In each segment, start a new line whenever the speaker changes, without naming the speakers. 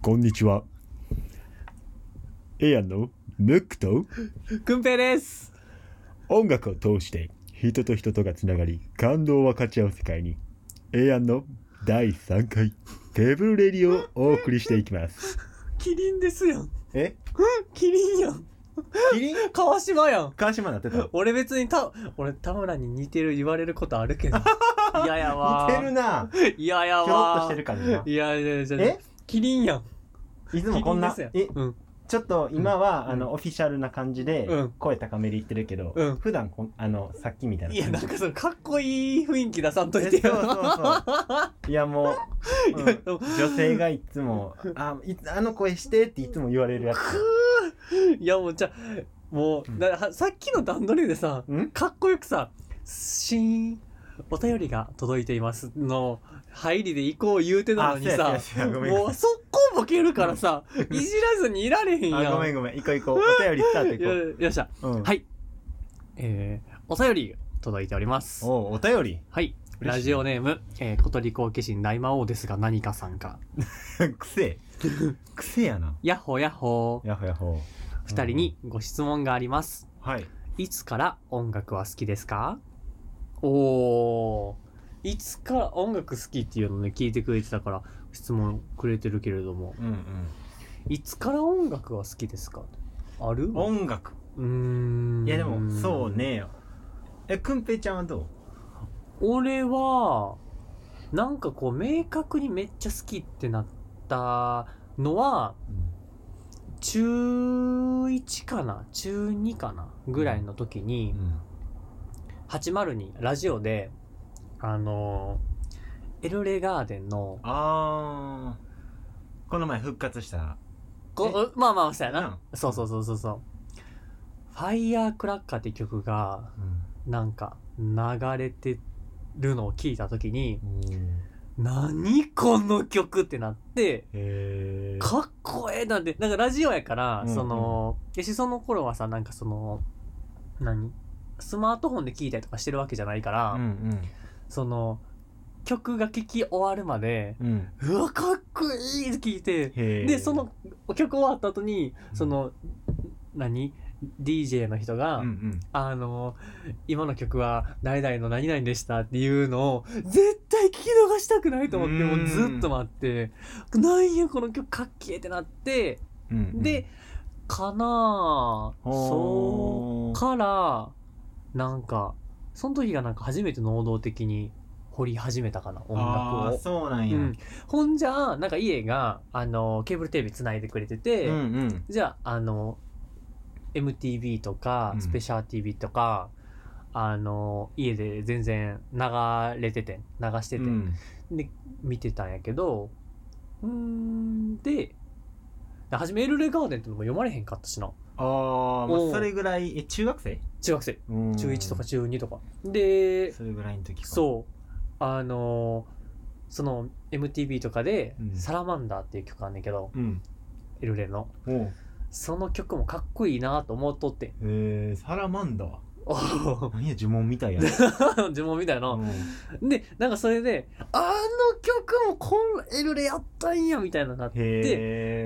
こんにちは。エアンのムックと
くんぺいです。
音楽を通して人と人とがつながり感動を分かち合う世界に、エアンの第3回テーブルレディをお送りしていきます。
キリンですやん。
え
キリンやん。
キリン
川島やん。
川島なってた。
俺別に俺田村に似てる言われることあるけど嫌やわ。
似てるな。
嫌やわ。
ひょろっとしてる感じな。
いや
え
キリンやん。
いつもこんな
うん、
ちょっと今は、
うん、
オフィシャルな感じで、
うん、
声高めで言ってるけど、
うん、
普段さっきみたいな。
いやなんかそのかっこいい雰囲気出さんといてよ。
いやもう、女性がいつもあの声してっていつも言われるやつ。
いやもうもう、さっきの段取りでさ、かっこよくさシーンお便りが届いていますの入りで行こう言うてたのにさ、もう速攻ボケるからさいじらずにいられへんやん。
ごめん行こうお便りスタート行こう。
よっしゃ、はい、お便り届いております。
お便り、
はい、ラジオネーム、小鳥好奇心大魔王ですが何かさんか
くせやな。
やっほーやっほー。
やっほやっほー。
2人にご質問があります。
はい。
いつから音楽は好きですか？おー、いつから音楽好きっていうのね聞いてくれてたから質問くれてるけれども、いつから音楽は好きですか？ある？
音楽。いやでもそうね。くんぺいちゃんはどう？
俺はなんかこう明確にめっちゃ好きってなったのは、中1かな中2かなぐらいの時に、802ラジオでエルレガーデンの
この前復活した
まあそうやな、そうファイヤークラッカーって曲がなんか流れてるのを聞いた時に、何この曲ってなって、かっこええなんて、なんかラジオやから、その頃はさ、なんかスマートフォンで聴いたりとかしてるわけじゃないから、その曲が聴き終わるまで、うわかっこいいって聞いて、でその曲終わった後にそのDJ の人が、今の曲は誰々の何々でしたっていうのを絶対聞き逃したくないと思って、もうずっと待って、なんやこの曲かっけーってなって、でかなぁ、そうからなんかその時がなんか初めて能動的に掘り始めたかな、音楽を。
そうなんや。
ほんじゃなんか家がケーブルテレビつないでくれてて、じゃあMTV とかスペシャル TV とか、家で全然流してて、で見てたんやけど、で初めエルレガーデンってのも読まれへんかったしな。
それぐらい中学生
中1とか中2とかで、
それぐらいの時か。
そうその MTV とかで、サラマンダーっていう曲あんねんけど、エルレのその曲もかっこいいなと思っとって。
サラマンダー。何や呪文みたいやな。
呪文みたいな。でなんかそれで曲もこのエルレやったんやみたいななって、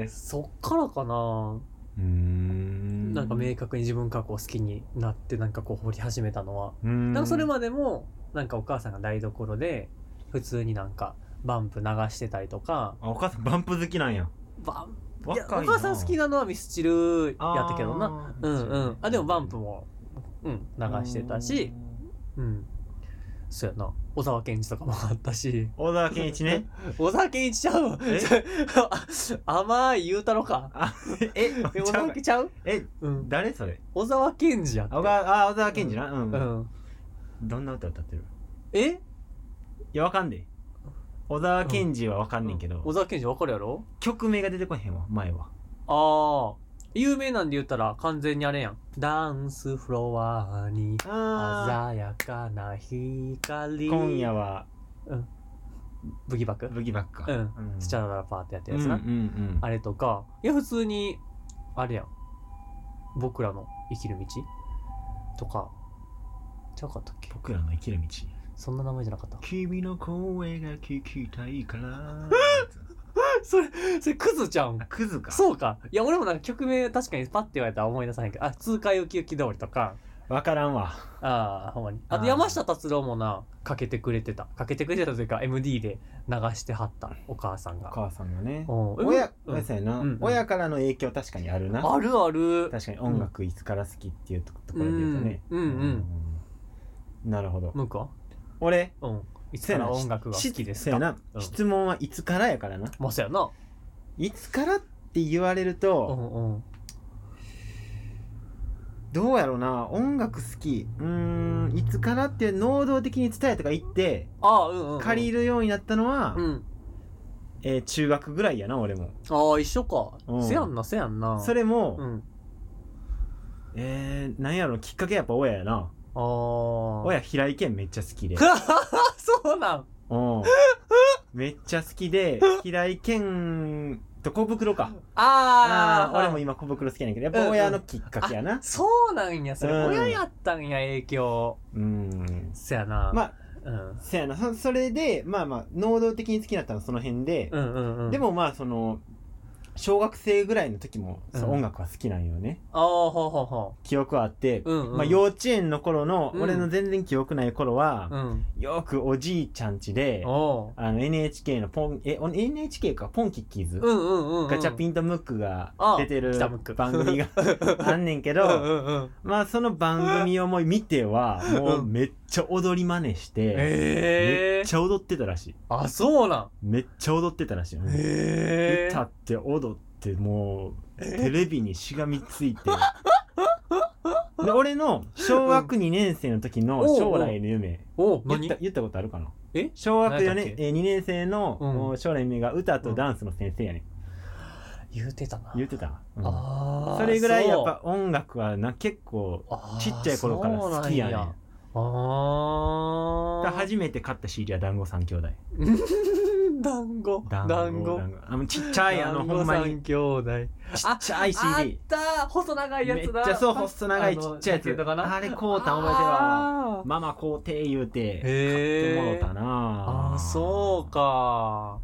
そっからかな。なんか明確に自分がこう好きになってなんかこう掘り始めたのは、なんかそれまでもなんかお母さんが台所で普通になんかバンプ流してたりとか。
お母さんバンプ好きなんや。
いやお母さん好きなのはミスチルやったけどな。でもバンプも流してたし、そうやな、小沢健一とかもあったし。
小沢健一ね。
小沢健一ちゃう。甘い言うたろか。小沢健ちゃう。
誰それ。
小沢健二やって。
小沢健二な。どんな歌歌ってる？いやわかんねえ。小沢健二はわかんねんけど。
小沢健二わかるやろ？
曲名が出てこへんわ前は。
有名なんで言ったら完全にあれやん。ダンスフロアに鮮やかな光。
今夜は
ブギバックか。スチャララパーってやったやつな。あれとか、いや普通にあれやん。僕らの生きる道とかちゃうかったっけ？
僕らの生きる道。
そんな名前じゃなかった。
君の声が聞きたいから
それクズちゃうん。
クズか。
そうか。いや俺もなんか曲名確かにパッて言われたら思い出さへんけど、通過ウキウキ通りとか、
わからんわ。
ほんまに。あと山下達郎もなかけてくれてたというか MD で流してはったお母さんが。
お母さんがね。
親
そうやな、親からの影響確かにあるな。
あるある。
確かに音楽いつから好きっていうところで言うとね。なるほど。
向こ
う俺、
いつから音楽が好きですか。
そうやな、質問はいつからやからな。
まあそうやな。
いつからって言われると、どうやろうな、音楽好き、いつからって能動的に伝えとか言って借りるようになったのは、中学ぐらいやな俺も。
一緒か。せやんな。
それも、なんやろ、きっかけやっぱ親やな。親平井堅めっちゃ好きで
そうなん。
めっちゃ好きで、平井堅と小袋か。俺も今小袋好きやねんけど、やっぱ親のきっかけやな。
そうなんや。それ親やったんや、影響。そやな。
まあそやな。それでまあ能動的に好きになったのはその辺で、でもまあその小学生ぐらいの時も音楽は好きなんよね。記憶はあって、幼稚園の頃の俺の全然記憶ない頃は、よくおじいちゃん家でNHK のNHK かポンキッキーズガチャピンとムックが出てる番組があんねんけど、まあその番組をもう見てはもうめっちゃ踊り真似してめっちゃ踊ってたらしい。
そうなん。
めっちゃ踊ってたらしい。歌って踊ってもうテレビにしがみついてで俺の小学2年生の時の将来の夢言ったことあるかな。小学4年2年生の将来の夢が歌とダンスの先生やねん。
言うてた。
それぐらいやっぱ音楽はな結構ちっちゃい頃から好きやねん。初めて買った CD は団子三兄弟。
団子
ちっちゃいほんまに
ちっ
ちゃい CD。
あった細長いやつだ。
めっちゃそう細長いちっちゃいやつ。あれこうたん覚えてるわ。ママこうて言うて買ってもろたな。
そうか。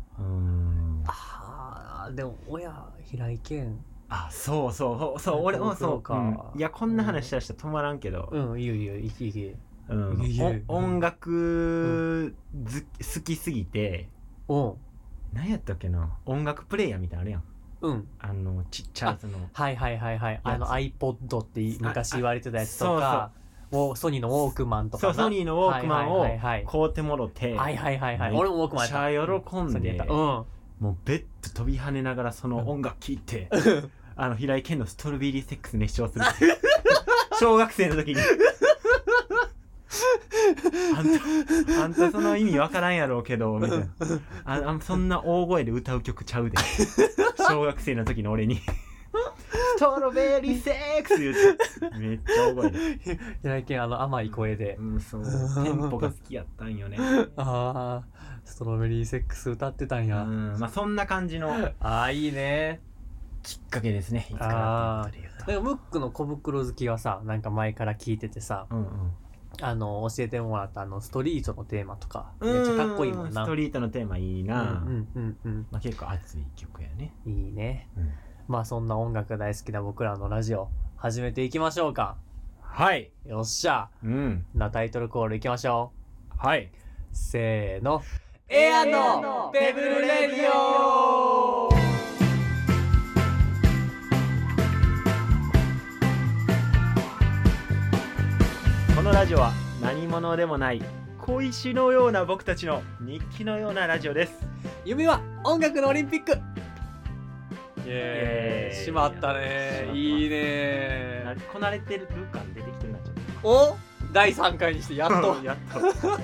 でも親平井堅。
そう俺もそうか。いやこんな話したら止まらんけど。
いい。
音楽好きすぎて、何やったっけな、音楽プレイヤーみたいなのあるやん。ちっちゃいやつの。
iPod って昔言われてたやつとか、ソニーのウォークマンとか。
ソニーのウォークマンを買うてもろて、
俺もウォークマンやった。
めっちゃ喜んで、もうベッド飛び跳ねながらその音楽聴いて、平井堅のストロベリーセックス熱唱する。小学生の時に。あんたその意味わからんやろうけどみたいな。そんな大声で歌う曲ちゃうで。小学生の時の俺にストロベリーセックス言うてめっちゃ大声で。
平井堅甘い声で、
そうテンポが好きやったんよね。
ストロベリーセックス歌ってたんや。
まあそんな感じの
いいね
きっかけですね。いつからっていうことで言うと。
ムックの小袋好きはさ、なんか前から聞いててさ、教えてもらったストリートのテーマとかめっちゃかっこいいもんな。
ストリートのテーマいいな。結構熱い曲やね。
いいね。まあそんな音楽大好きな僕らのラジオ始めていきましょうか。
はい。
よっしゃ。なタイトルコールいきましょ
う。はい。
せーの。エアのペブルレディオ。
このラジオは何者でもない小石のような僕たちの日記のようなラジオです。
夢は音楽のオリンピック。しまったね。いいね。
こなれてる感出てきてるなちょっ
と。第3回にしてやっと
やっと。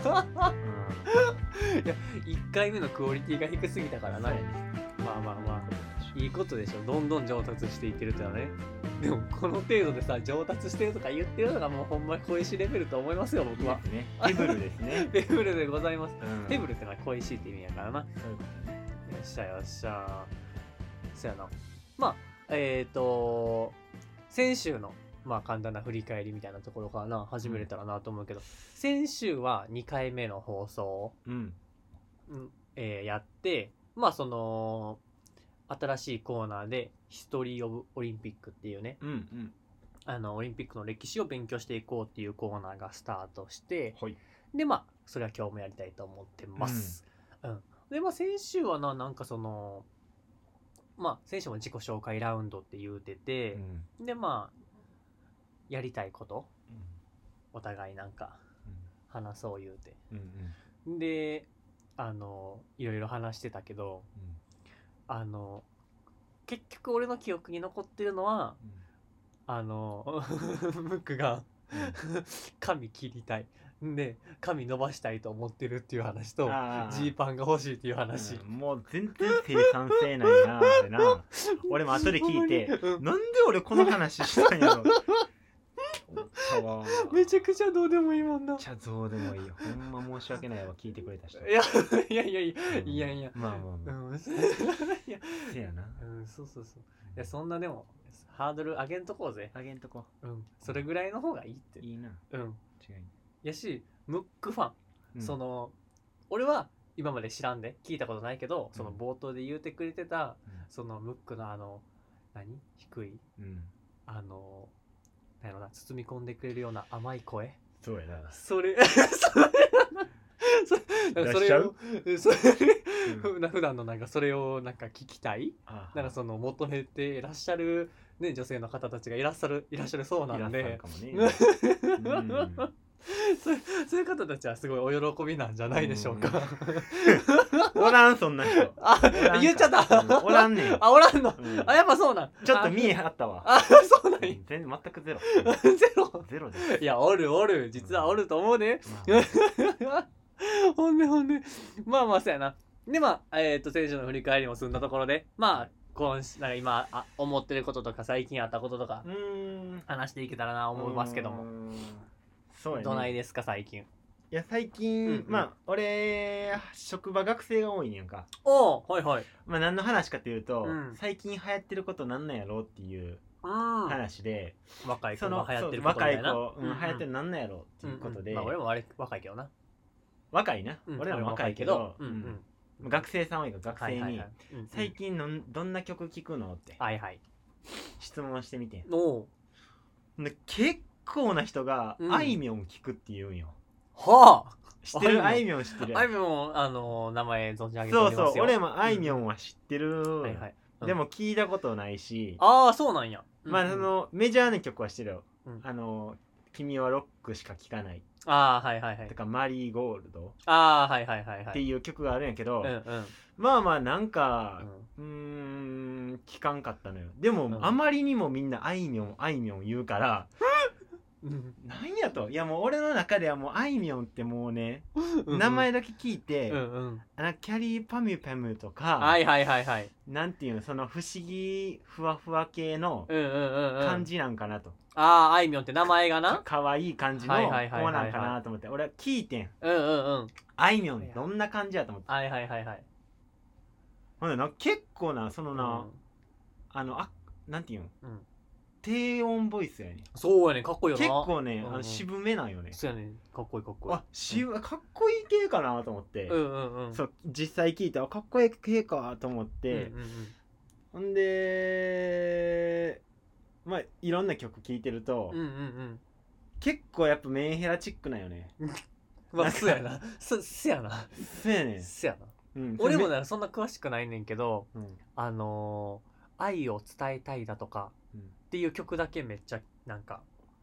いや1回目のクオリティが低すぎたからな。まあいいことでしょ。どんどん上達していってるってのはね。でもこの程度でさ上達してるとか言ってるのがもうほんまに小石レベルと思いますよ僕は。
ペブルですね。
ペブルでございます。ペブルってのは小石って意味やからな。よっしゃよっしゃ。そやな。まあ先週の簡単な振り返りみたいなところからな始めれたらなと思うけど、先週は2回目の放送を、やって、その新しいコーナーでヒストリー・オブ・オリンピックっていうね、
うん
オリンピックの歴史を勉強していこうっていうコーナーがスタートして、
はい。
でまあそれは今日もやりたいと思ってます、でまあ先週はなんかその先週も自己紹介ラウンドって言うてて、でまあやりたいこと、お互いなんか話そう言うて、でいろいろ話してたけど、結局俺の記憶に残ってるのは、ムックが髪切りたいで髪伸ばしたいと思ってるっていう話と、ジーパンが欲しいっていう話、
もう全然生産性ないなあれな。俺も後で聞いて、なんで俺この話したんやろ。
めちゃくちゃどうでもいいもんな。
めっちゃどうでもいい。ほんま申し訳ないわ、聞いてくれた人。
いや
まあ
いや
せやな。
そういやそんなでもハードル上げんとこうぜ。
上げんとこ。
それぐらいの方がいいって。
いいな。
違いやし、ムックファン、その俺は今まで知らんで聞いたことないけど、その冒頭で言うてくれてた、そのムックの低い、なんやろな、包み込んでくれるような甘い声。
そうやな。
それ普段のなんかそれをなんか聞きたい、なんかその求めていらっしゃるね、女性の方たちがいらっしゃるそうなんで、そういう方たちはすごいお喜びなんじゃないでしょうか。
おらんそんな人。
言っちゃった。
おらんねん。
おらんの。やっぱそうなん。
ちょっと見えはったわ。
そうなん。
全くゼロ。ゼロです。
いやおる実はおると思うね。ほんでまあそうやな。で選手の振り返りも済んだところで、なんか今思ってることとか最近あったこととか話していけたらな思いますけども。そうやね。どないですか最近。
いや最近、俺職場学生が多いねんか。
はい。
何の話かというと、最近流行ってることなんなんやろうっていう話で、
若い子が流行ってることみたいな。
流行ってるなんなんやろうっていうことで、
俺も若いけどな。
若いな。俺らも若いけど、学生さん多いから学生に最近どんな曲聴くのって質問してみて。結構な人があいみょん聴くって言うんよ。知ってる？あいみょん知ってる？
あいみょん名前存じ上げておりますよ。
そう俺もあいみょんは知ってる。でも聞いたことないし。
そうなんや。
メジャーな曲は知ってるよ。君はロックしか聴かない。とかマリーゴールドっていう曲があるんやけど、なんか聞かんかったのよ。でもあまりにもみんなあいみょん言うからなんやと。いやもう俺の中ではもうあいみょんってもうね、名前だけ聞いてキャリーパミュパムとかなんていうの、その不思議ふわふわ系の感じなんかなと。
あいみょんって名前がな
かわいい感じの子なんかなと思って俺は聞いてん。あいみょんどんな感じやと思って。ほんで結構なそのななんていうの、低音ボイスやねん。
そうやねん、かっこいいよな。
結構ね渋めなんよね。
そうやねん、かっこいい。
かっこいい系かなと思って、そう実際聞いたらかっこいい系かと思って、ほんでいろんな曲聴いてると、結構やっぱメンヘラチックなんよね。
そうやな。そうやな。俺もねそんな詳しくないねんけど、愛を伝えたいだとかっていう曲だけめっちゃなんか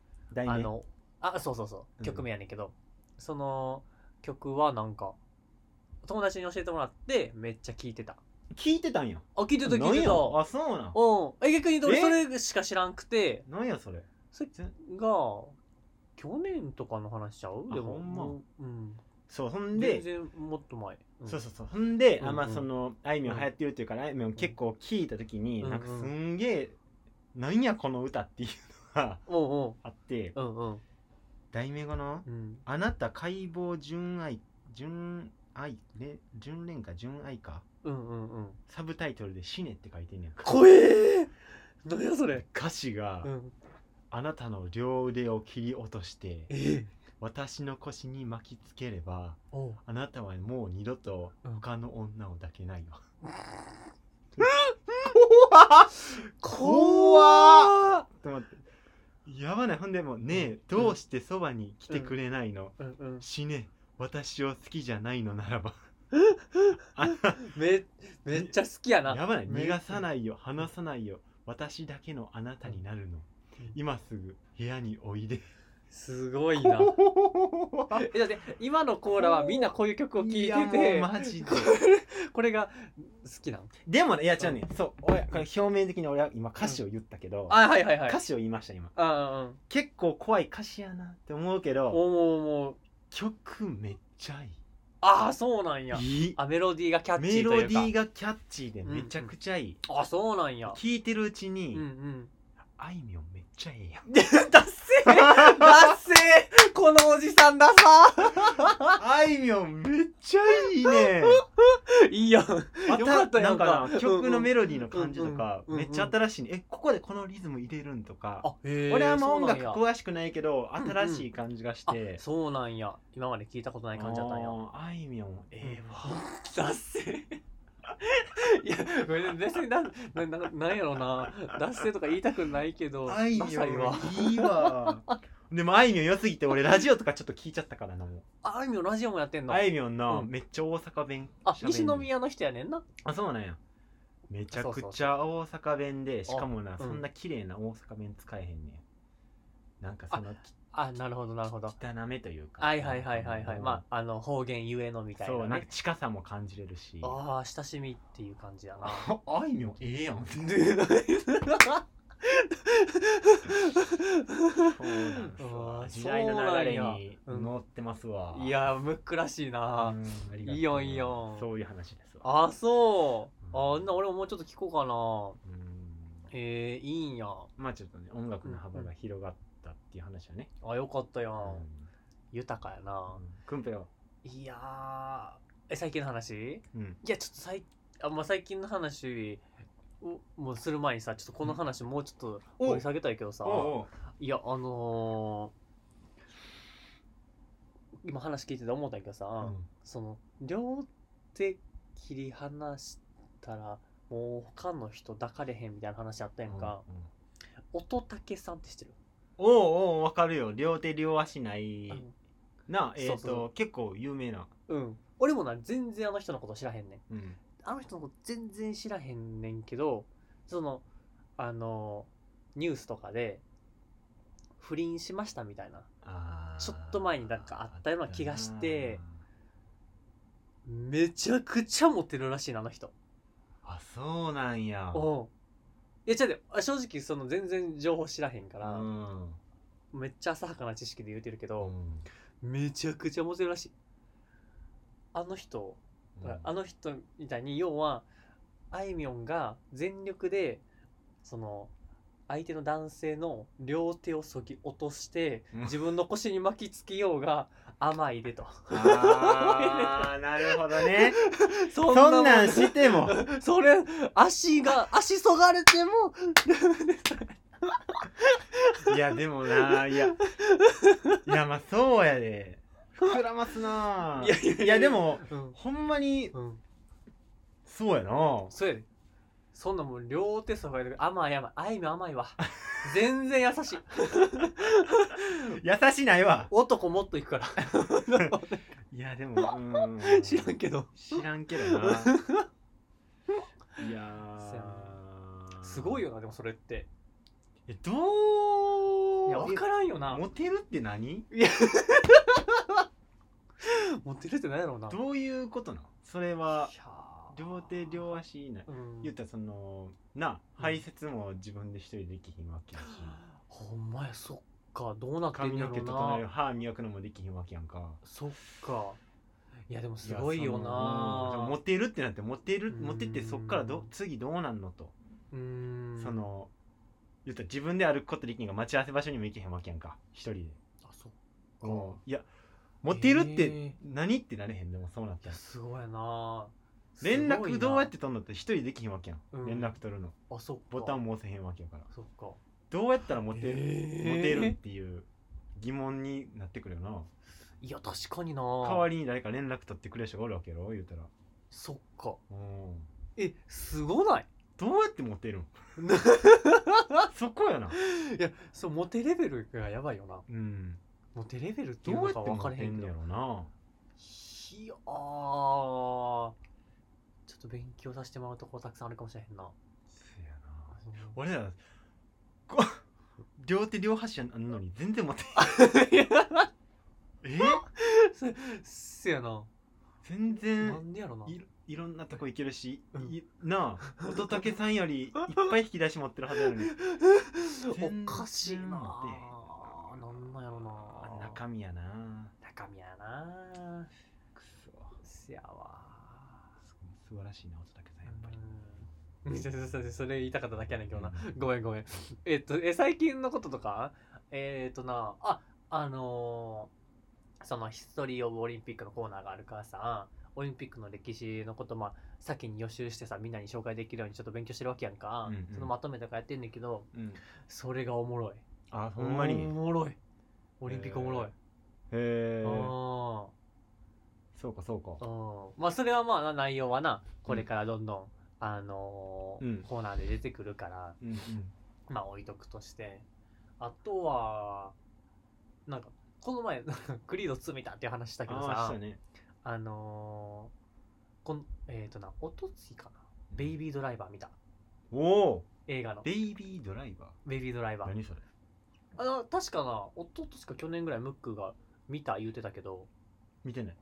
そう曲名やねんけど、その曲はなんか友達に教えてもらってめっちゃ聴いてた。
聞いてたんや。
聞いてた。
そうなん。
逆に俺それしか知らんくて。
なんやそれ。
それが去年とかの話ちゃう？でも
そうほんで
全然もっと前。
そうほんでそのあいみょん流行ってるっていうからあいみょん結構聞いた時になんかすんげえなんやこの歌っていうのがあって、題名がな、あなた解剖純愛かサブタイトルで死ねって書いてんねんか。
怖え。何やそれ。
歌詞があなたの両腕を切り落として私の腰に巻きつければあなたはもう二度と他の女を抱けないわ。
怖っ
と思ってやばない。ほんでもねえ、どうしてそばに来てくれないの、死ね私を好きじゃないのならば
めっちゃ好きやな。
やばない。逃がさないよ、離さないよ、私だけのあなたになるの、今すぐ部屋においで。
すごいな。だって今のコーラはみんなこういう曲を聴いてて、いやも
うマジで
これが好きなの。
でもね、いや違うね、そうこれ表面的に俺は今歌詞を言ったけど、
はいはいはい、
歌詞を言いました今。
結
構怖い歌詞やなって思うけど、
もう
曲めっちゃいい。
そうなんや。メロディーがキャッチーというか、
メロディーがキャッチーでめちゃくちゃいい。
そうなんや。
聴いてるうちに、あいみょんめっちゃええやん。
ダッセーこのおじさんださ
あいみょんめっちゃいいね。
いいやん。よかったやんか。
なんか曲のメロディーの感じとかめっちゃ新しいね。ここでこのリズム入れるんとか。俺は音楽詳しくないけど新しい感じがして。
そうなんや。今まで聞いたことない感じだったんや。
あいみょんええわ。
ダッセーいや別になんやろな、脱線とか言いたくないけど、
あいみょんいいわ。でもあいみょん良すぎて俺ラジオとかちょっと聞いちゃったからな。もう
あいみょんラジオもやってんの。
あいみょんのめっちゃ大阪弁、
西宮の人やねんな。
そうなんや。めちゃくちゃ大阪弁で、しかもなそんな綺麗な大阪弁使えへんねん。なんかその
なるほどなるほど。
汚めというか。はい
まあ方言ゆえのみたいなね。
そうなんか近さも感じれるし。
親しみっていう感じやな。
あいみょんええやん。そうなんです時代の流れに乗ってますわ。
いやむっくらしいな。いいよいいよ。
そういう話ですわ。
そう俺ももうちょっと聞こうかな。いいんや。
まあちょっとね音楽の幅が広がったっていう話はね。
よかったやん。豊かやな。
くんぺよ。
いや最近の話？いやちょっと最近の話もうする前にさ、ちょっとこの話もうちょっと掘り下げたいけどさ、いや今話聞いてて思ったんやけどさ、その両手切り離したらもう他の人抱かれへんみたいな話あったやんか。乙武さんって知ってる？
わかるよ。両手両足ないな。結構有名な。
俺もな全然あの人のこと知らへんねん。あの人のこと全然知らへんねんけど、そのニュースとかで不倫しましたみたいな、ちょっと前になんかあったような気がして、めちゃくちゃモテるらしいなあの人。
そうなんや。
いや正直その全然情報知らへんから、めっちゃ浅はかな知識で言うてるけど、めちゃくちゃモテるらしいあの人。あの人みたいに、要はあいみょんが全力でその相手の男性の両手をそぎ落として自分の腰に巻きつけようが甘いでと。
なるほどね。そんなんしても
それ足そがれても
いやでもないやまあそうやで。膨らますな。いやでも、ほんまに、そうやな。
そうやで。そんなもう両手そがれて甘いあいみょん甘いわ。全然優しい。
優しないわ。
男もっといくから。
いやでも
知らんけど
な。いや
すごいよな。でもそれってい
や
分からんよな。
モテるって何？
いやモテるって何やろうな。
どういうことなのそれは。両手両足ない、言ったらその排泄も自分で一人できひんわけやし、
ほんまや。そっか。どうなってんやろうな。
髪の毛整える歯磨くのもできひんわけやんか。
そっか。いやでもすごいよな。
モテるってなってモテってそっから次どうなんのと。その言ったら自分で歩くことできんが待ち合わせ場所にも行けへんわけやんか一人で。
そっか。
いやモテるって何ってなれへん。でもそうなったら
すごいな。
連絡どうやって取んのって一人できひんわけやん、連絡取るの。
そっか。
ボタンも押せへんわけやから。
そっか。
どうやったらモテるっていう疑問になってくるよな。
いや確かにな。
代わりに誰か連絡取ってくれる人がおるわけやろ言うたら。
そっか。
す
ごない？
どうやってモテるんそこやな。
いやそうモテレベルがやばいよな。
うん。
モテレベルっていうのか分からへんけど。
どうやってモテんのやろな。
いやーちょっと勉強させてもらうとこたくさんあるかもしれへんな。
せやな。俺ら両手両端あんのに全然モテ
せやな。
全然
なんでやろな。
いろんなとこ行けるし、なあ乙武さんよりいっぱい引き出し持ってるはずなのに
おかしいな。なんなんやろな。
中身やな。
中身やな。
くそ
せやわ。
素晴らしいな乙武さんやっぱり。
それ言いたかっただけやねんけどな。ごめん。最近のこととかそのヒストリー・オブ・オリンピックのコーナーがあるからさ、オリンピックの歴史のこと先に予習してさ、みんなに紹介できるようにちょっと勉強してるわけやんか、そのまとめとかやってんねんけど、それがおもろい。
あ、ほんまに
おもろい。オリンピックおもろい。
へえ。そうか。
それは内容はな、これからどんどんコーナーで出てくるから、置いとくとして、あとはなんかこの前クリード2見たっていう話したけどさ、おとついかな、ベイビードライバー見た。映画の
ベイビードライバー。何それ。
確かな、おととしか去年ぐらいムックが見た言うてたけど、
見てない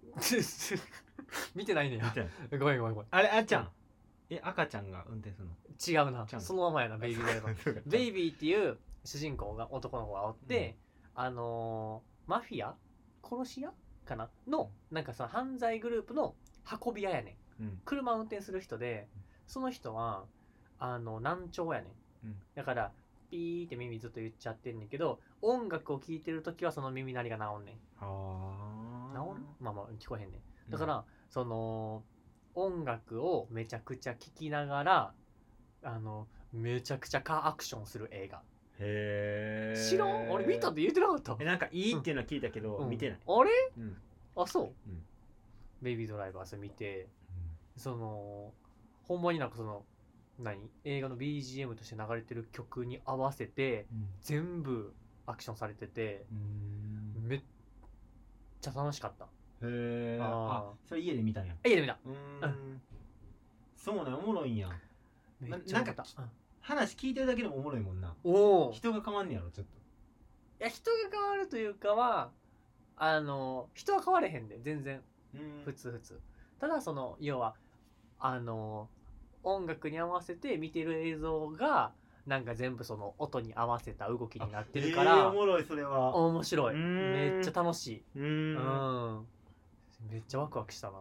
見てないねや。ごめん。
あれちゃん、赤ちゃんが運転するの。
違うな、そのままやな。ベイビードライバーベイビーっていう主人公が、男の子がおって、マフィア殺し屋かなのなんかさ、犯罪グループの運び屋やねん、車運転する人で、その人は難聴やねん、だからピーって耳ずっと言っちゃってんねんけど、音楽を聴いてるときはその耳鳴りが治んねん。治る？聞こえへんねん。だから、その音楽をめちゃくちゃ聴きながらめちゃくちゃカーアクションする映画。
へえ。
知らん？俺見たって言ってなかった？
なんかいいっていうのは聞いたけど、見てない。
あれ？あ、そう、ベイビードライバーズ見て、ほんまになんか映画の BGM として流れてる曲に合わせて、全部アクションされてて、めっちゃ楽しかった。
へえ。それ家で見たんや。
家で見た。
そうね、おもろいんや。
めっちゃよかった。
話聞いてるだけでもおもろいもんな。人が変わんねやろ、ちょっと。
いや、人が変わるというかは、人は変われへんで、全然。普通。ただ要は音楽に合わせて見てる映像がなんか全部音に合わせた動きになってるから、
おもろい。それは
面白い。めっちゃ楽しい。めっちゃワクワクしたな。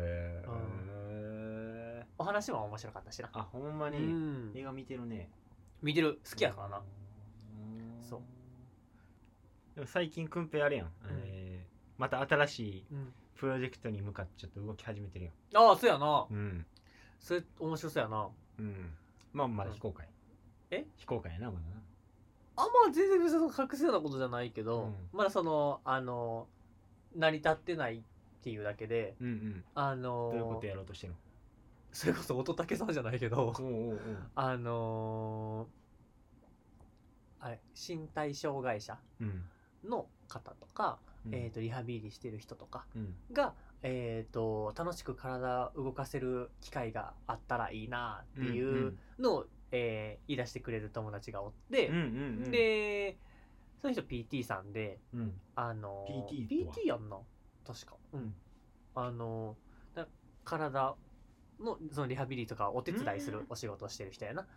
お話も面白かったしな。
ほんまに。映画見てるね。
見てる。好きやからな。そう。
でも最近くんぺいあれやん、また新しいプロジェクトに向かってちょっと動き始めてるやん。
そうやな。それ面白そうやな。
まだ非公開。非公開やな、まだな。
全然別に隠すようなことじゃないけど、まだ成り立ってないっていうだけで、
どういうことやろうとしてるの？
それこそ乙武さんじゃないけど身体障害者の方とか、リハビリしてる人とかが、楽しく体を動かせる機会があったらいいなっていうのを、言い出してくれる友達がおって、でその人 PT さんで、PT やんな確か、体のそのリハビリとかお手伝いするお仕事をしてる人やな。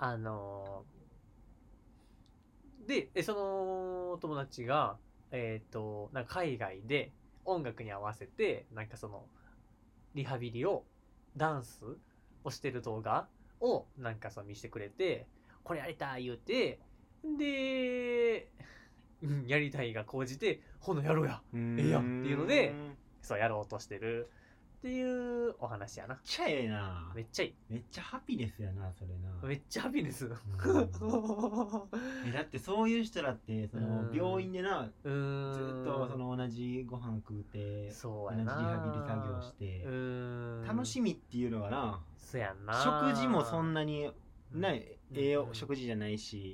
でその友達がなんか海外で音楽に合わせてなんかリハビリをダンスをしてる動画をなんか見せてくれて、これやりたい言うて、でやりたいが高じてほなやろうやええやんっていうのでやろうとしてるっていうお話やな。
めっちゃええな。
めっちゃいい。
めっちゃハピネスやなそれな。
めっちゃハピネス。
だってそういう人らってその病院でなずっとその同じご飯食うて
そう
同じリ
やな
ハビリ作業して楽しみっていうのがな。
そうやんな。
食事もそんなにない栄養食事じゃないし、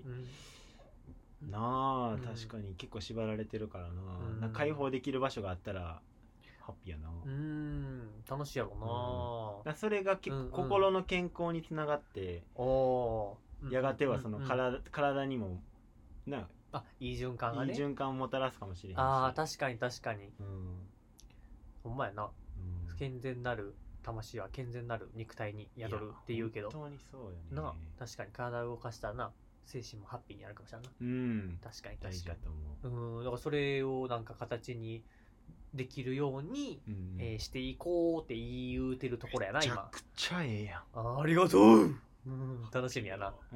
なあ確かに結構縛られてるからな。解放できる場所があったらハッピーやな。
楽しいやろ
な。それが結構心の健康につながって、やがてはその体にも
いい循環がね、
いい循環をもたらすかもしれへんし。
確かに確かに、ほんまやな、健全なる魂は健全なる肉体に宿るって言うけど、
本当にそうよね。
確かに体を動かしたらな精神もハッピーになるかもしれないな。確かに
大事だと
思う。だからそれをなんか形にできるように、していこうって言うてるところやな今。
めちゃくちゃええやん。
ありがとう。楽しみやな。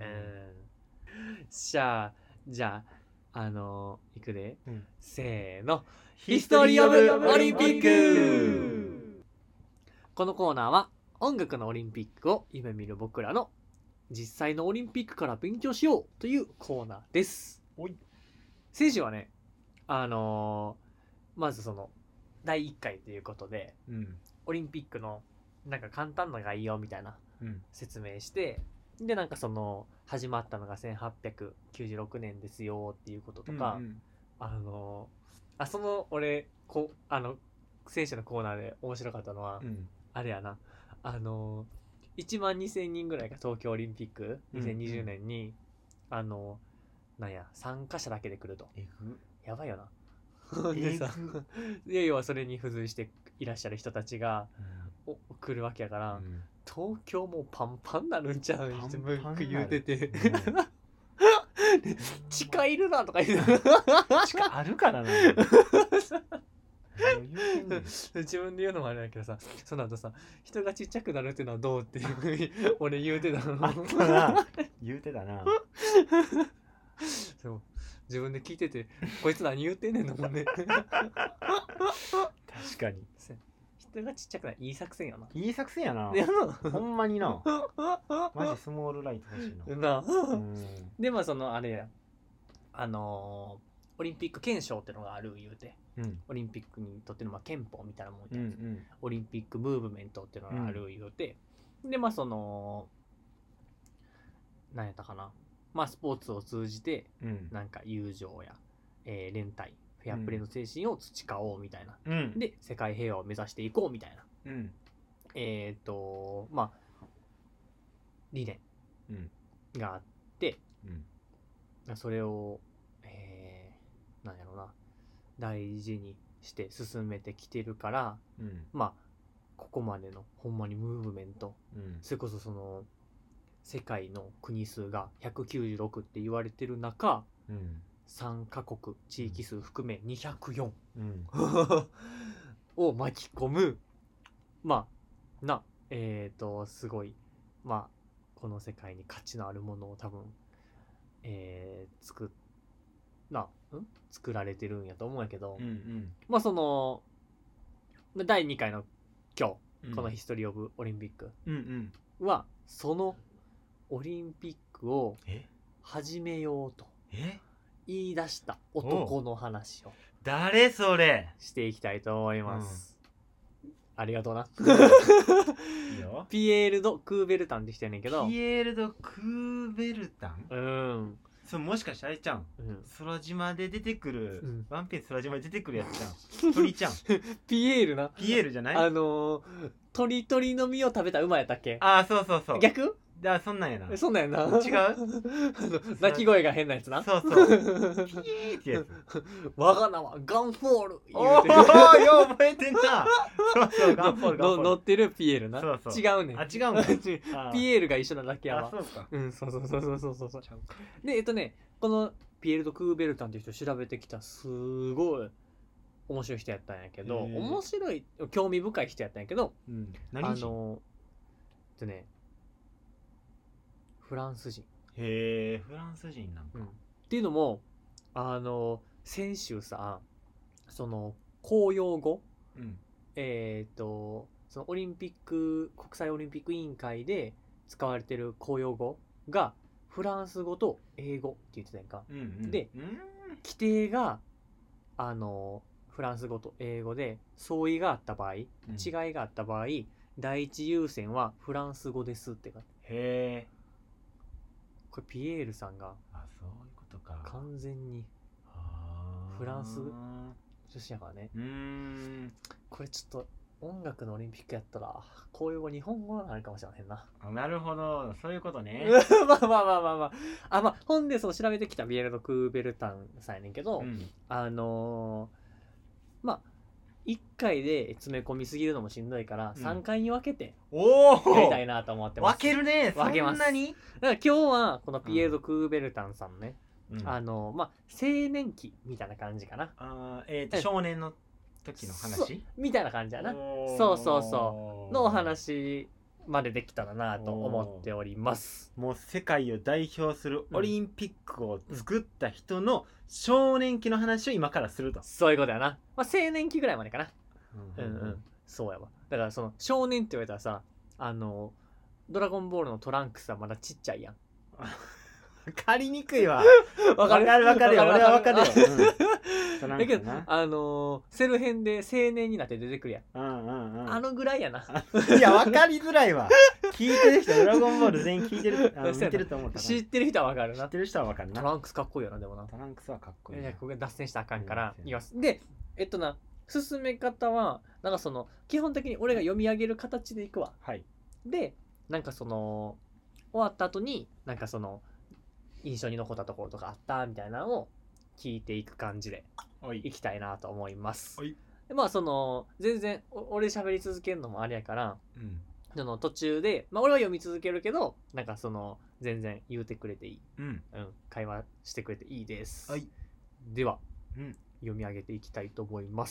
じゃあいくで、せーの、ヒストリーオブオリンピック。このコーナーは音楽のオリンピックを夢見る僕らの実際のオリンピックから勉強しようというコーナーです。先週はね、まずその第1回ということで、オリンピックのなんか簡単な概要みたいな説明して、でなんかその始まったのが1896年ですよっていうこととか、その俺選手のコーナーで面白かったのは、あれやな、1万2000人ぐらいが東京オリンピック2020年に、なんや参加者だけで来ると。やばいよな。でさ、要はそれに付随していらっしゃる人たちが、来るわけやから、東京もうパンパンになるんちゃうって文句言うてて、地下いるなとか言うて
地下あるからな。
自分で言うのもあれだけどさ、その後さ、人がちっちゃくなるっていうのはどうっていうふうに俺言うてたの。
言うてたな。
そう自分で聞いてて、こいつ何言うてんねんのもんね。確
かに。
人がちっちゃくない、いい作戦やな。
いい作戦やな。ほんまにな。マジスモールライト欲しいな。
でそのあれや、オリンピック憲章ってのがある言うて、オリンピックにとっての憲法みたいなもんや、オリンピックムーブメントってのがある言うて、でその何やったかな、スポーツを通じて、なんか友情や、連帯フェアプレーの精神を培おうみたいな、で世界平和を目指していこうみたいな、理念があって、それを、なんやろうな、大事にして進めてきてるから、ここまでのほんまにムーブメント、それこそその世界の国数が196って言われてる中、3カ国地域数含め204、を巻き込む、すごい、この世界に価値のあるものを多分、作られてるんやと思うんやけど、その第2回の今日、このヒストリー・オブ・オリンピックは、そのオリンピックを始めようと言い出した男の話を
誰それ
していきたいと思います。ありがとうな。
いいよ。
ピエール・ド・クーベルタンって人やねんけど。
ピエール・ド・クーベルタン？それもしかしてあれちゃん、空島で出てくる、ワンピース空島で出てくるやつじゃん。鳥ちゃん。
ピエールな。
ピエールじゃない？
鳥の実を食べた馬やったっけ？
そうそうそう。
逆？
そんなんやな。
そんなんやな。
違う？
鳴き声が変なやつな。
そうそう。ピーってやつ。
我が名はガンフォール言
うて。よう覚えてんな。そうガンフォール。
乗ってるピエールな。
そうそう。
違うねん。
違うんだ。
ピエールが一緒なだけやわ。
そうか。
そう。でこのピエール・ド・クーベルタンっていう人調べてきた、すごい面白い人やったんやけど、面白い興味深い人やったんやけど、
何人？
フランス人。
へえ、フランス人なんか。
っていうのも先週さ、その公用語、 そのオリンピック国際オリンピック委員会で使われてる公用語がフランス語と英語って言ってたやんか、で規定がフランス語と英語で相違があった場合、違いがあった場合、第一優先はフランス語ですって書いて。
へえ。
これピエールさんが
そういうことか。
完全にフランス女子やからね。これちょっと音楽のオリンピックやったらこういう語日本語になるかもしれへんな。
なるほど、そういうことね。
まあまあまあまあまあ。まあほんでそう調べてきたビエルド・クーベルタンさんやねんけど、まあ1回で詰め込みすぎるのもしんどいから3回に分けてやりたいなと思ってます。
分けるね。
分けます。
そんなに？
だから今日はこのピエールド・クーベルタンさんね、まあ青年期みたいな感じかな。
少年の時の話
みたいな感じやな。そうのお話までできたらなと思っております。
もう世界を代表するオリンピックを作った人の少年期の話を今からすると。
そういうことやな。青年期ぐらいまでかな。そうやわ。だからその少年って言われたらさ、ドラゴンボールのトランクスはまだちっちゃいやん。
借りにくいわ。
わかる
よ。俺はわかるよ。
だけどセル編で青年になって出てくるやん。あのぐらいやな。
いや、わかりづらいわ。聞いてる人、ドラゴンボール全員聞いてる、見てると思った。
知ってる人はわかるな。
知ってる人はわかるな。
トランクスかっこいいよな、でもな。
トランクスはかっこいい。
ここ脱線したらあかんから言います。で、進め方はなんかその基本的に俺が読み上げる形でいくわ。で、なんかその終わった後になんかその印象に残ったところとかあったみたいなのを聞いていく感じでいきたいなと思います。でまあその全然俺喋り続けるのもあれやから、その途中で、俺は読み続けるけどなんかその全然言うてくれていい、会話してくれていいです。では、読み上げていきたいと思います。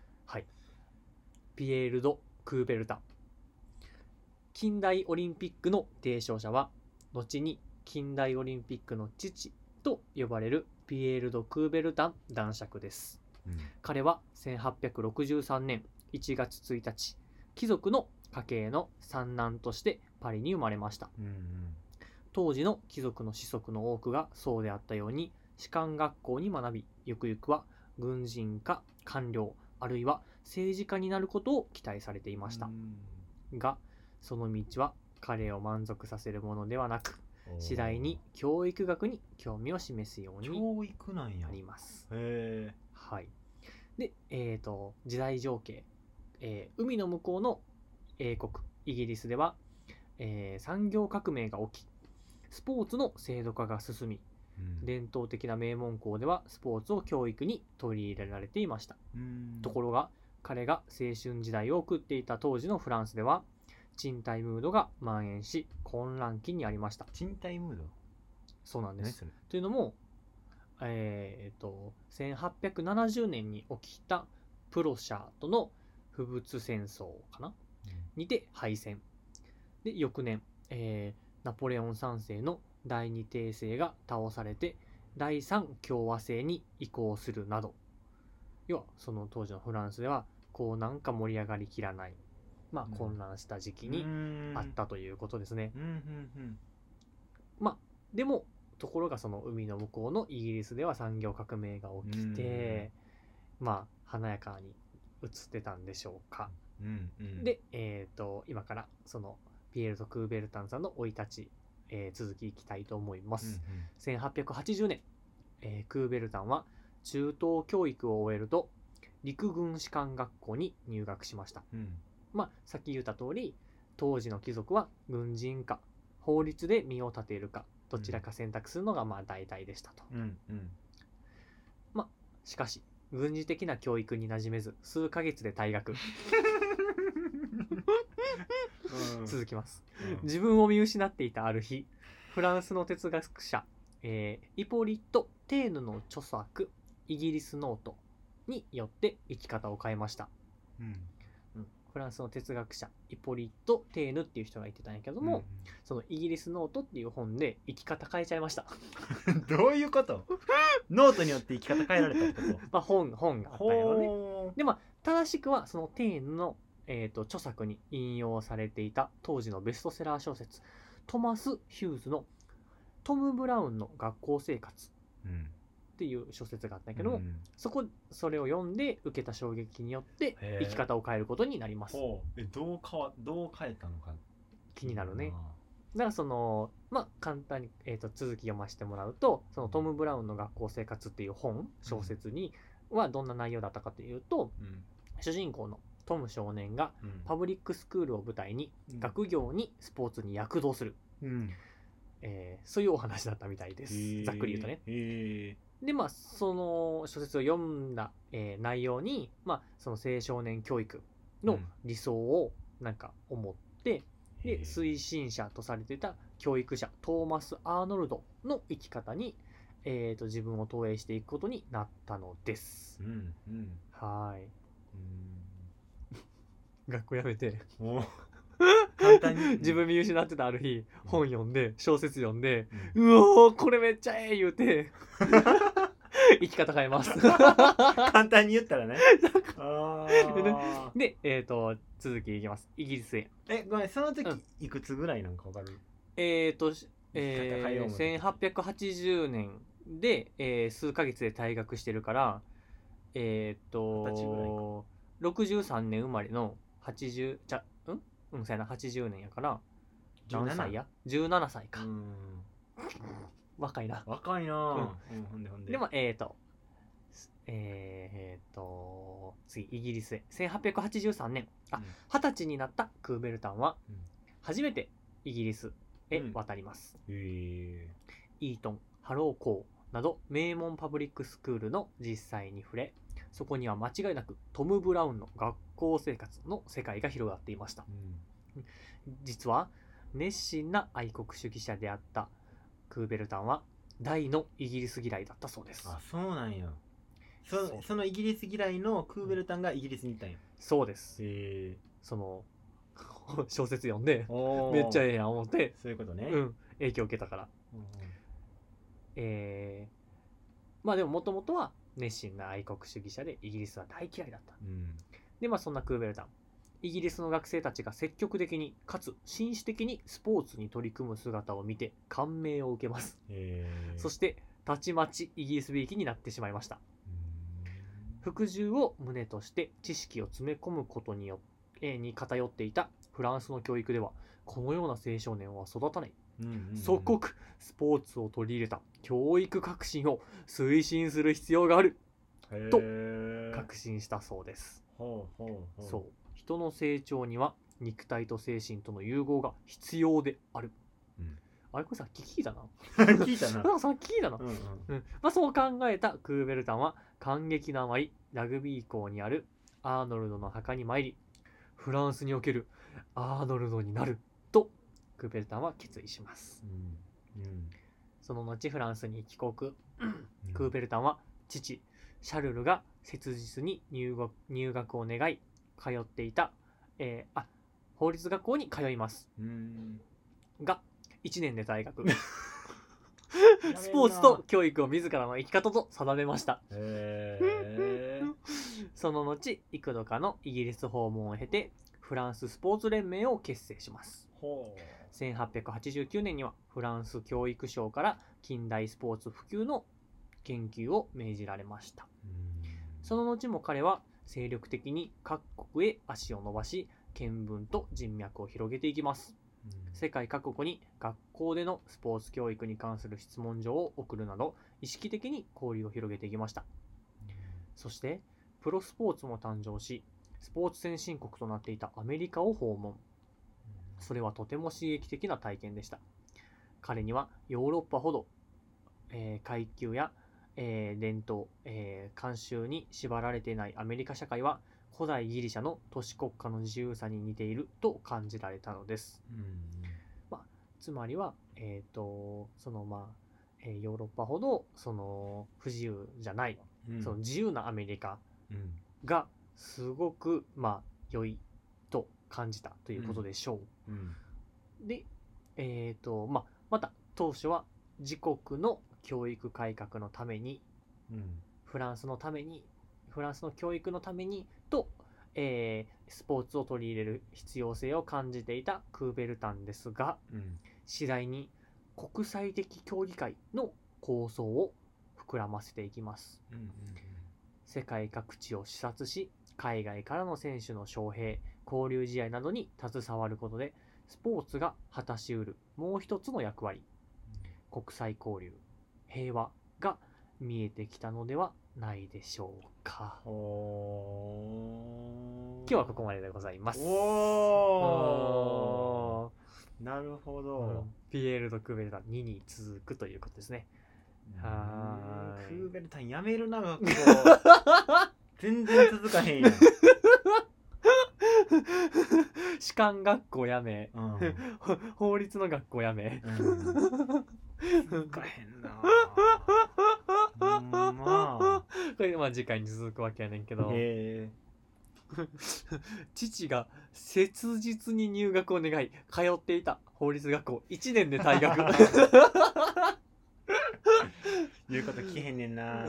ピエール・ド・クーベルタン。近代オリンピックの提唱者は後に近代オリンピックの父と呼ばれるピエール・ド・クーベルタン男爵です。彼は1863年1月1日、貴族の家系の三男としてパリに生まれました。当時の貴族の子息の多くがそうであったように士官学校に学び、ゆくゆくは軍人か官僚、あるいは政治家になることを期待されていました。が、その道は彼を満足させるものではなく、次第に教育学に興味を示すようになります。で、時代情景、海の向こうの英国イギリスでは、産業革命が起き、スポーツの制度化が進み、伝統的な名門校ではスポーツを教育に取り入れられていました。ところが彼が青春時代を送っていた当時のフランスでは賃貸ムードが蔓延し混乱期にありました。
賃貸ムード？
そうなんです。というのも、1870年に起きたプロシャーとの不仏戦争かな、にて敗戦で、翌年、ナポレオン3世の第二帝政が倒されて第三共和制に移行するなど、要はその当時のフランスではこうなんか盛り上がりきらない、混乱した時期にあったということですね。でもところがその海の向こうのイギリスでは産業革命が起きて、華やかに移ってたんでしょうか。で、今からそのピエール・ド・クーベルタンさんの生い立ち、続きいきたいと思います。1880年、クーベルタンは中等教育を終えると陸軍士官学校に入学しました。さっき言った通り当時の貴族は軍人か法律で身を立てるかどちらか選択するのが大体でしたと。しかし軍事的な教育に馴染めず数ヶ月で退学。続きます。自分を見失っていたある日、フランスの哲学者、イポリット・テーヌの著作イギリスノートによって生き方を変えました。フランスの哲学者イポリット・テーヌっていう人が言ってたんやけども、そのイギリスノートっていう本で生き方変えちゃいました。
どういうこと？ノートによって生き方変えられたってこと？
本があったんやろね。で正しくはそのテーンの、著作に引用されていた当時のベストセラー小説トマス・ヒューズのトム・ブラウンの学校生活っていう小説があったんだけども、それを読んで受けた衝撃によって生き方を変えることになります。
どう変えたのか
気になるね。だからその簡単に、続き読ませてもらうと、そのトム・ブラウンの学校生活っていう小説にはどんな内容だったかというと、主人公のトム少年がパブリックスクールを舞台に学業にスポーツに躍動する、そういうお話だったみたいです。ざっくり言うとね。でその小説を読んだ、内容に、その青少年教育の理想をなんか思って、で推進者とされていた教育者トーマス・アーノルドの生き方に、自分を投影していくことになったのです。はい。学校辞めて簡単に自分見失ってたある日、本読んで小説読んで、うおーこれめっちゃええ言うて生き方変えます
簡単に言ったらね
で、続きいきます。イギリスへ。
ごめん、その時いくつぐらいなんか分かる
？1880年で、数ヶ月で退学してるから、63年生まれの80そうやな、80年やから何歳や ?17 歳か。若いな。
若いな。
でも次イギリスへ。1883年20歳になったクーベルタンは初めてイギリスへ渡ります。イートン、ハロー校など名門パブリックスクールの実際に触れ、そこには間違いなくトム・ブラウンの学校生活の世界が広がっていました。実は熱心な愛国主義者であったクーベルタンは大のイギリス嫌いだったそうです。
あ、そうなんや。そのイギリス嫌いのクーベルタンがイギリスに行ったんや。
そうです。その小説読んでめっちゃええやん思って、
そういうことね。
影響を受けたから。でももともとは熱心な愛国主義者でイギリスは大嫌いだった。でそんなクーベルタン、イギリスの学生たちが積極的にかつ紳士的にスポーツに取り組む姿を見て感銘を受けます。そしてたちまちイギリスびいきになってしまいました。服従を旨として知識を詰め込むことに偏っていたフランスの教育ではこのような青少年は育たない。即刻スポーツを取り入れた教育革新を推進する必要があると確信したそうです。そう、人の成長には肉体と精神との融合が必要である。あれこれさっき聞いたな
聞いたな
さっき聞いたな。そう考えたクーベルタンは感激のあまりラグビー校にあるアーノルドの墓に参り、フランスにおけるアーノルドになるとクーベルタンは決意します。その後フランスに帰国、クーベルタンは父シャルルが切実に入学を願い通っていた、法律学校に通います。が1年で退学スポーツと教育を自らの生き方と定めました。その後幾度かのイギリス訪問を経てフランススポーツ連盟を結成します。1889年にはフランス教育省から近代スポーツ普及の研究を命じられました。その後も彼は精力的に各国へ足を伸ばし見聞と人脈を広げていきます。世界各国に学校でのスポーツ教育に関する質問状を送るなど意識的に交流を広げていきました。そしてプロスポーツも誕生し、スポーツ先進国となっていたアメリカを訪問。それはとても刺激的な体験でした。彼にはヨーロッパほど、階級や、伝統、慣習に縛られていないアメリカ社会は古代ギリシャの都市国家の自由さに似ていると感じられたのです。つまりは、ヨーロッパほどその不自由じゃない、その自由なアメリカがすごく良いと感じたということでしょう。で、また当初は自国の教育改革のために、フランスの教育のためにとスポーツを取り入れる必要性を感じていたクーベルタンですが、次第に国際的競技会の構想を膨らませていきます。世界各地を視察し、海外からの選手の招聘、交流試合などに携わることで、スポーツが果たしうるもう一つの役割、国際交流、平和が見えてきたのではないでしょうか。今日はここまででございます。
なるほど。
ピエールとクーベルタン2に続くということですね。
クーベルタンやめるな、学校。全然続かへんやん。
士官学校やめ、法律の学校やめ。
続かへんな。
これ次回に続くわけやねんけど。父が切実に入学を願い通っていた法律学校1年で退学。
言うこと聞けへんねんな。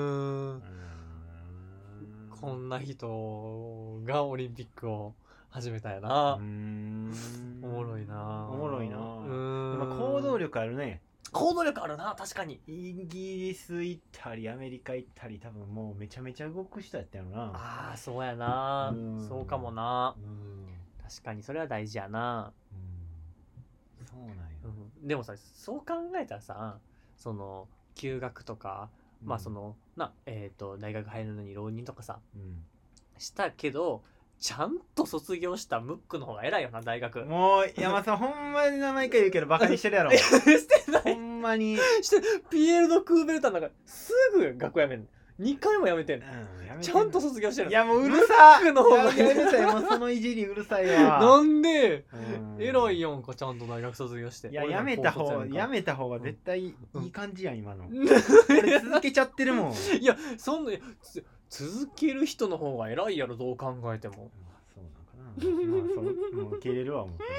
こんな人がオリンピックを始めたやな。おもろいな。
おもろいな。行動力あるね。
行動力あるな、確かに。
イギリス行ったりアメリカ行ったり多分もうめちゃめちゃ動く人やったよな。
ああ、そうやな。そうかもな。確かにそれは大事やな。
そうなんや。
でもさ、そう考えたらさ、その休学とか、まあその大学入るのに浪人とかさ、したけどちゃんと卒業したムックの方が偉いよな、大学。
もう山さんほんまに名前か言うけどバカにしてるやろ。してない。ほんまに
ピエール・ド・クーベルタンなんかすぐ学校辞めんの。2回も辞めてんの、ちゃんと卒業してる。
いやもううるさい。
ムックの方が
うるさい。もうそのいじりうるさいわ。
なんで偉いやんか、ちゃんと大学卒業して。
いややめた方が絶対いい感じやん、今の。俺続けちゃってるもん。
いやそんな続ける人の方が偉いやろ、どう考えても。
そうなんかな。もう受け入れるわ、もうそ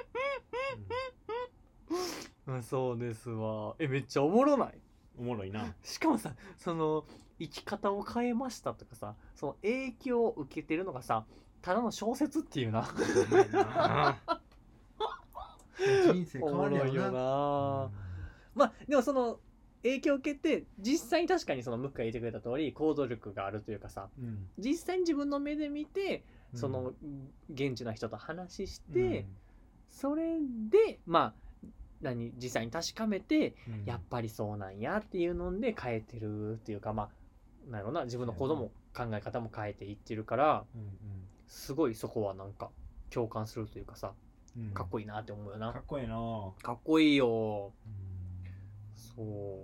れは。そうですわ。めっちゃおもろない？
おもろいな。
しかもさ、その生き方を変えましたとかさ、その影響を受けてるのがさ、ただの小説っていうな。
人生変わるよな。
まあでもその影響を受けて実際に確かにそのムックが言ってくれた通り行動力があるというかさ、実際に自分の目で見てその現地の人と話して、それでまあ実際に確かめて、やっぱりそうなんやっていうので変えてるっていうか、まあなんやろな、自分の子供考え方も変えていってるから、すごいそこはなんか共感するというかさ、かっこいいなって思うよな。
かっこいいな。
かっこいいよ。そう。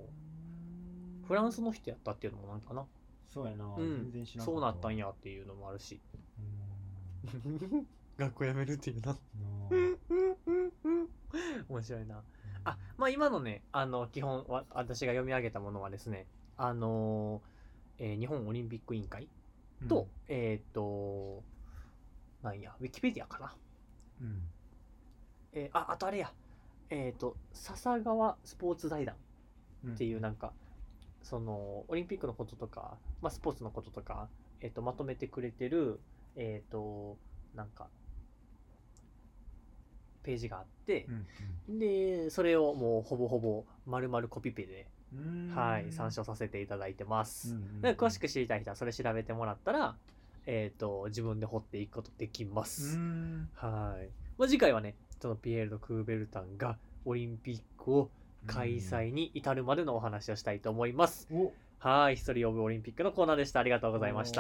フランスの人やったっていうのもなんかな。
そうやな。全然知らん。
そうなったんやっていうのもあるし。学校辞めるっていうな。面白いな。まあ今のね、基本私が読み上げたものはですね、日本オリンピック委員会と、なんや、ウィキペディアかな。あとあれや、笹川スポーツ財団っていうなんか、そのオリンピックのこととか、まあ、スポーツのこととか、まとめてくれてるなんかページがあって、でそれをもうほぼほぼ丸々コピペで参照させていただいてます。で詳しく知りたい人はそれ調べてもらったら、自分で掘っていくことできます。まあ、次回はね、そのピエール・ド・クーベルタンがオリンピックを開催に至るまでのお話をしたいと思います。ヒストリー・オブ・オリンピックのコーナーでした。ありがとうございました。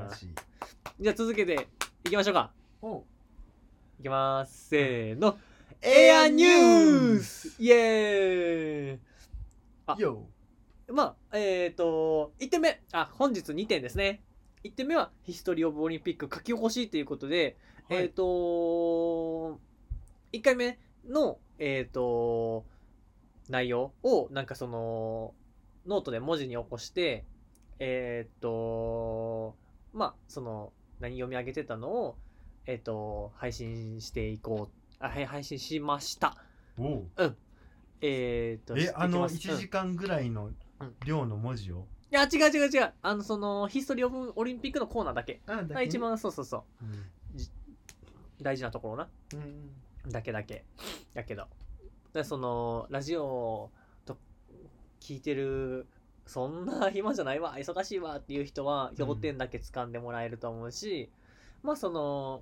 じゃあ続けていきましょうか。いきます。せーの。エアニュースイエーイ。まあ、1点目。本日2点ですね。1点目はヒストリー・オブ・オリンピック書き起こしということで、1回目の、内容をなんかそのノートで文字に起こしてまあその読み上げてたのを配信していこう。配信しました。
1時間ぐらいの量の文字を
や違うそのヒストリーオブオリンピックのコーナーだけ一番そう、大事なところな、だけやけどそのラジオと聞いてるそんな暇じゃないわ忙しいわっていう人は要点だけ掴んでもらえると思うし、まあその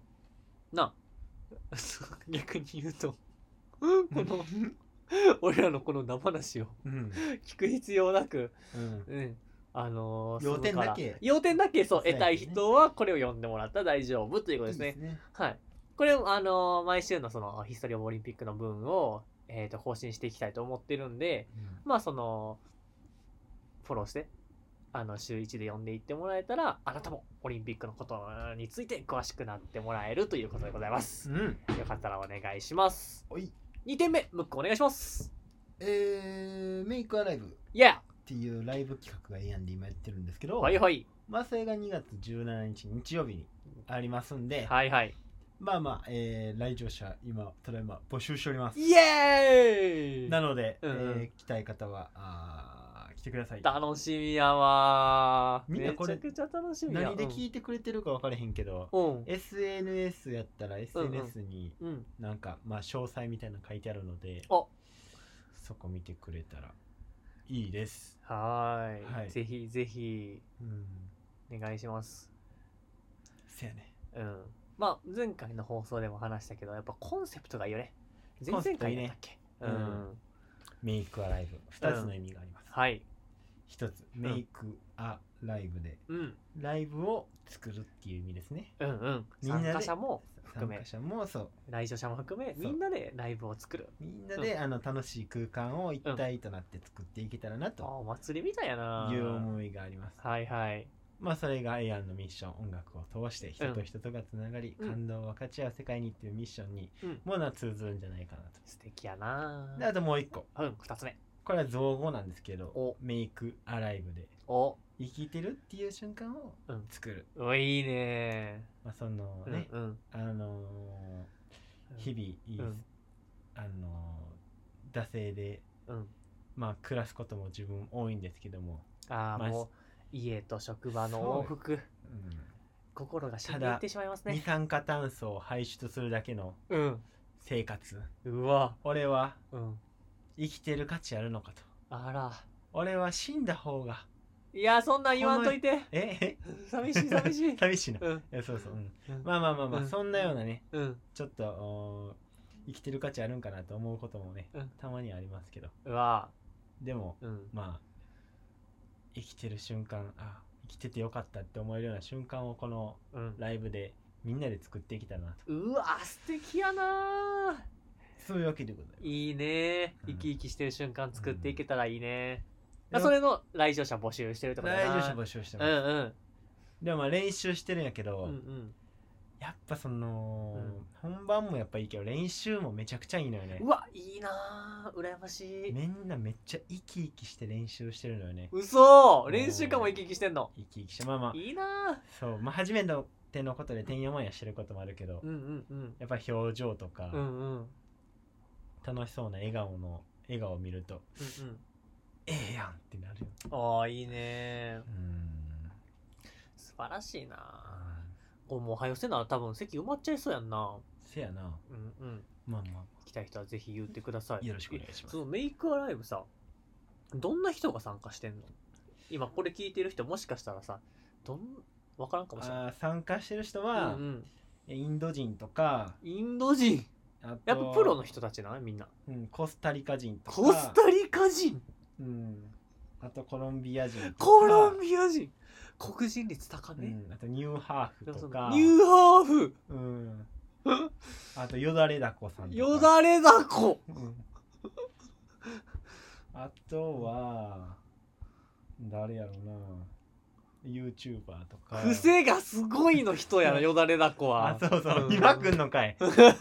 逆に言うとこの俺らのこの生話を聞く必要なく、要点だけそう得たい人はこれを読んでもらったら大丈夫ということですね。いいですね。はい。これ毎週のそのヒストリーオブオリンピックの分を更新していきたいと思ってるんで、まあそのフォローして週1で読んでいってもらえたらあなたもオリンピックのことについて詳しくなってもらえるということでございます。よかったらお願いします。2点目、ムックお願いします。
メイクアライブっていうライブ企画がやんで今やってるんですけど、まあそれが2月17日日曜日にありますんで、まあ来場者今ただいま募集しております。イエーイなので、来たい方は来てください。
楽しみやわ。
みんなこれ
めちゃくちゃ楽しみや。
何で聞いてくれてるか分からへんけど、SNS やったら SNS になんかまあ詳細みたいなの書いてあるので、そこ見てくれたらいいです。はい、ぜひぜひお願いします。せやね。まあ前回の放送でも話したけどやっぱコンセプトがいいよね。前々回だったっけ。メイクアライブ2つの意味があります。1つメイクアライブでライブを作るっていう意味ですね。参加者も含め来場者も含めみんなでライブを作る。みんなで楽しい空間を一体となって作っていけたらなと。お祭りみたいやな。いう思いがあります。まあそれがエアンのミッション、音楽を通して人と人とがつながり、感動を分かち合う世界にっていうミッションにものは通ずるんじゃないかなと。素敵やな。であともう一個、2つ目、これは造語なんですけど、メイクアライブで生きてるっていう瞬間を作る。いいね。まあそのね、日々惰性でまあ暮らすことも自分多いんですけども、もう家と職場の往復、心が死んでいってしまいますね。二酸化炭素を排出するだけの生活、俺は生きてる価値あるのかと。俺は死んだ方が。いやそんなん言わんといて。寂しい寂しいな。そうまあそんなようなね、ちょっと生きてる価値あるんかなと思うこともね、たまにありますけど、でもまあ生きてる瞬間、生きててよかったって思えるような瞬間をこのライブでみんなで作っていけたらなと。素敵やな。そういうわけでございます。いいね。生き生きしてる瞬間作っていけたらいいね。それの来場者募集してるとか。来場者募集してます。でもまあ練習してるんやけど、やっぱその本番もやっぱいいけど練習もめちゃくちゃいいのよね。いいな、羨ましい。みんなめっちゃ生き生きして練習してるのよね。嘘、練習かも生き生きしてんの。生き生きして、まあいいな。そう、まあ初めてのことでてんやわんやしてることもあるけど、やっぱ表情とか楽しそうな笑顔を見ると、ええやんってなるよ。いいね。素晴らしいな。もう早せなら多分席埋まっちゃいそうやんな。せやな。まあ来たい人はぜひ言ってください。よろしくお願いします。そのメイクアライブさ、どんな人が参加してんの？今これ聞いてる人もしかしたらさ、わからんかもしれない。参加してる人は、インド人とか。インド人。やっぱプロの人たちな、みんな。コスタリカ人とか。コスタリカ人。あとコロンビア人とか。コロンビア人。黒人率高ね。あとニューハーフとか。ニューハーフ。あとよだれだこさんとか。よだれだこ。あとは誰やろうな。YouTuber とか。癖がすごいの人やな、よだれだこは。そう今くんのかい。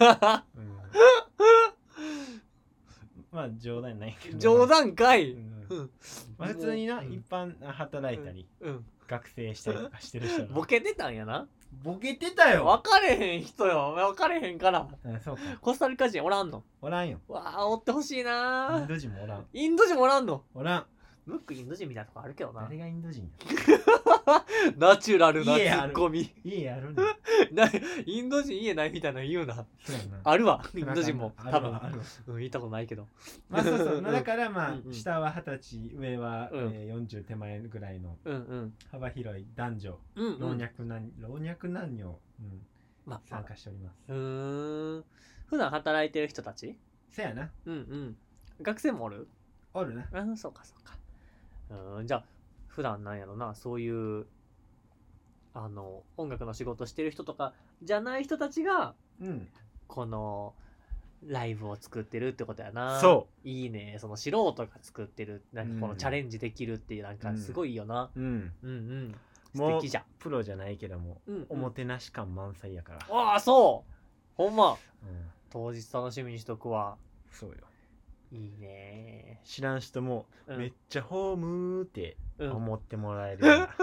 まあ冗談ないけど。冗談かい。普通にな一般働いたり。学生したりとかしてる人。ボケてたんやな。ボケてたよ。分かれへん人よ。分かれへんから。そうか。コスタリカ人おらんの？おらんよ。わあ、おってほしいな。インド人もおらん。インド人もおらんの？おらん。
ムックインド人みたいなとこあるけどな。
誰がインド人や
ナチュラルなツッコミ。
家あるね
インド人家ないみたいなの言うな。
そうやな
あるわ、インド人も。多分。
あるわ
言ったことないけど。
まあそうそう、まあ、だからまあ
うんうん
下は20歳上は、
うん
40手前ぐらいの
うんうん。
幅広い男女、
うんうん。
老若男女、
まあ、
参加しております。
普段働いてる人たち？
せやな。
うんうん。学生もおる？
おるな。
そうかそうか。じゃあ普段なんやろな、そういう音楽の仕事してる人とかじゃない人たちが、このライブを作ってるってことやな。
そう
いいね。その素人が作ってる、なんかこのチャレンジできるっていう、なんかすごいいいよな。うんうん素敵じゃん。
プロじゃないけども、おもてなし感満載やから。
ああそうほんま、当日楽しみにしとくわ。
そうよ。
いいね。
知らん人も、めっちゃホームって思ってもらえる、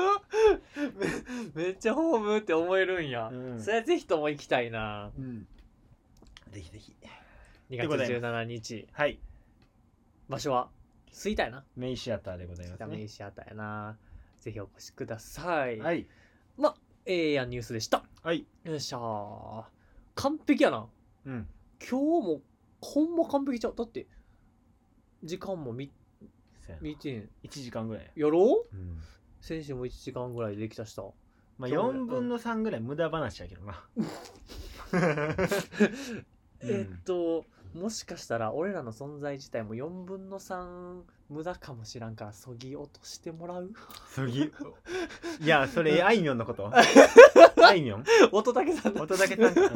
めっちゃホームって思えるんや、それはぜひとも行きたいな、
ぜひぜひ。
2月17日、
はい。
場所は吹田やな。
メイシアターでございますね。
メイシアターやな。ぜひお越しください。
はい。
やニュースでした。
はい。
よっしゃー。完璧やな。今日もほんま完璧ちゃう。だって時間も見てん。
1時間ぐらい
やろう、先週も1時間ぐらいできたした。
まあ4分の3ぐらい無駄話やけどな
もしかしたら俺らの存在自体も4分の3無駄かもしらんから、そぎ落としてもらう。
いやそれあいみょんのことあいみょん
音だけさん
音だけさんか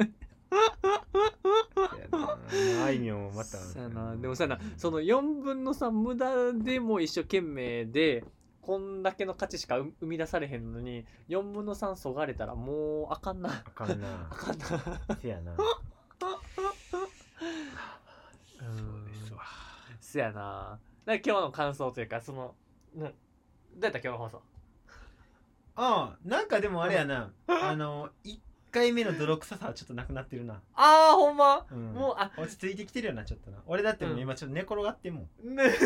あいみょんまた
でもさな、その4分の3無駄でも一生懸命でこんだけの価値しか生み出されへんのに4分の3そがれたらもうあかんな。
あかんな。せやな。そうですわ。
せやな。今日の感想というか、どうやった今日の放送。
なんかでもあれやな、1回目の泥臭さはちょっとなくなってるな。
ほんま、もう
落ち着いてきてるよな、ちょっとな。俺だってもう今ちょっと寝転がってんもん。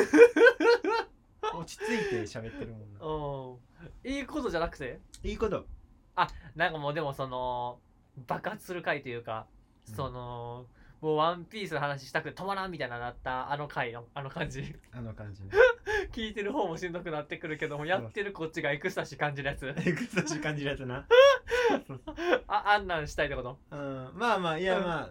落ち着いて喋ってるもん
な。いいことじゃなくて、
いいこと。
なんかもうでも爆発する回というか、もうワンピースの話したくて止まらんみたいななった回の感じ。
ね。
聞いてる方もしんどくなってくるけども、やってるこっちがエクスタシー感じるやつ。
エクスタシー感じるやつな。
あんなんしたいってこと？
まあまあ、いやまあ、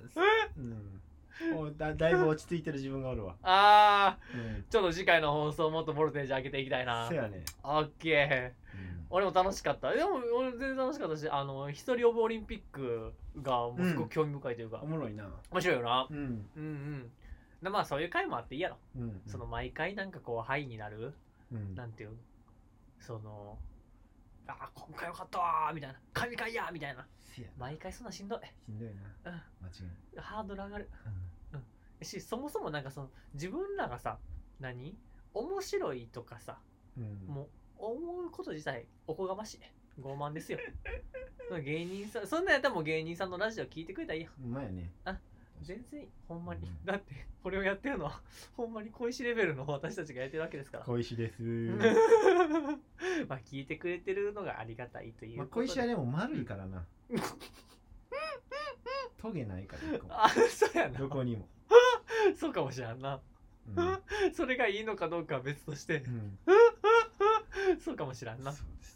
だいぶ落ち着いてる自分がおるわ。
ちょっと次回の放送もっとボルテージ上げていきたいな。
そうやね。
オッケー。俺も楽しかった。でも俺全然楽しかったし、ヒストリーオブオリンピックがもうすごく興味深いというか、
おもろいな。
面白いよな。まあそういう回もあっていいやろ。毎回なんかこうハイになる、なんていう今回よかったわーみたいな、神回やみたいな、毎回そんなしんどい。
しんどいな。間違い。
ハードル上がる。そもそもなんか自分らがさ、面白いとかさ、もう思うこと自体おこがましい。傲慢ですよ。芸人さん、そんなんやったらもう芸人さんのラジオ聞いてくれたらいいよ。
うまいね。
全然いい、ほんまに。だってこれをやってるのはほんまに小石レベルの私たちがやってるわけですから。
小石です。
まあ聞いてくれてるのがありがたいという
ことで。小石はでも丸いからな。トゲないから。
そうやな。
どこにも。
そうかもしれんな。それがいいのかどうかは別として、そうかもしれんな。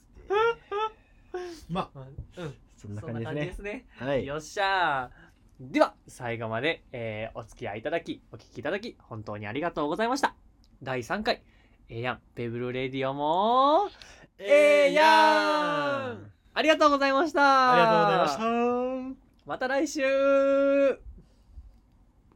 まあ、そんな感じですね。よっしゃー。では最後まで、お付き合いいただきお聞きいただき本当にありがとうございました。第3回やんペブルレディオもやんありがとうございました。
ありがとうございました。
また来週。